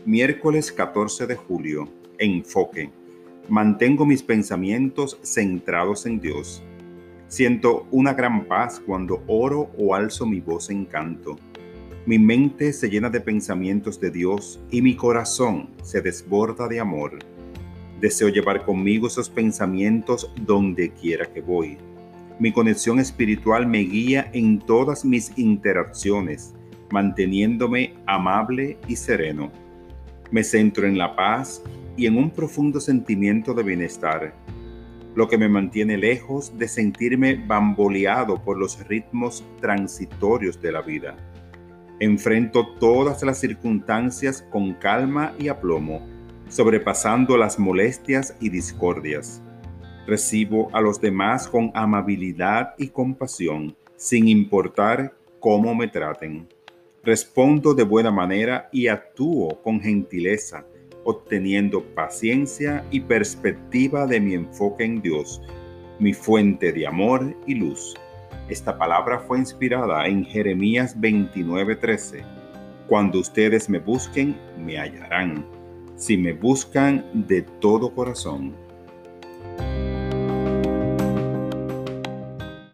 Miércoles 14 de julio. Enfoque. Mantengo mis pensamientos centrados en Dios. Siento una gran paz cuando oro o alzo mi voz en canto. Mi mente se llena de pensamientos de Dios y mi corazón se desborda de amor. Deseo llevar conmigo esos pensamientos donde quiera que voy. Mi conexión espiritual me guía en todas mis interacciones, manteniéndome amable y sereno. Me centro en la paz y en un profundo sentimiento de bienestar, lo que me mantiene lejos de sentirme bamboleado por los ritmos transitorios de la vida. Enfrento todas las circunstancias con calma y aplomo, sobrepasando las molestias y discordias. Recibo a los demás con amabilidad y compasión, sin importar cómo me traten. Respondo de buena manera y actúo con gentileza, obteniendo paciencia y perspectiva de mi enfoque en Dios, mi fuente de amor y luz. Esta palabra fue inspirada en Jeremías 29:13. Cuando ustedes me busquen, me hallarán, si me buscan de todo corazón.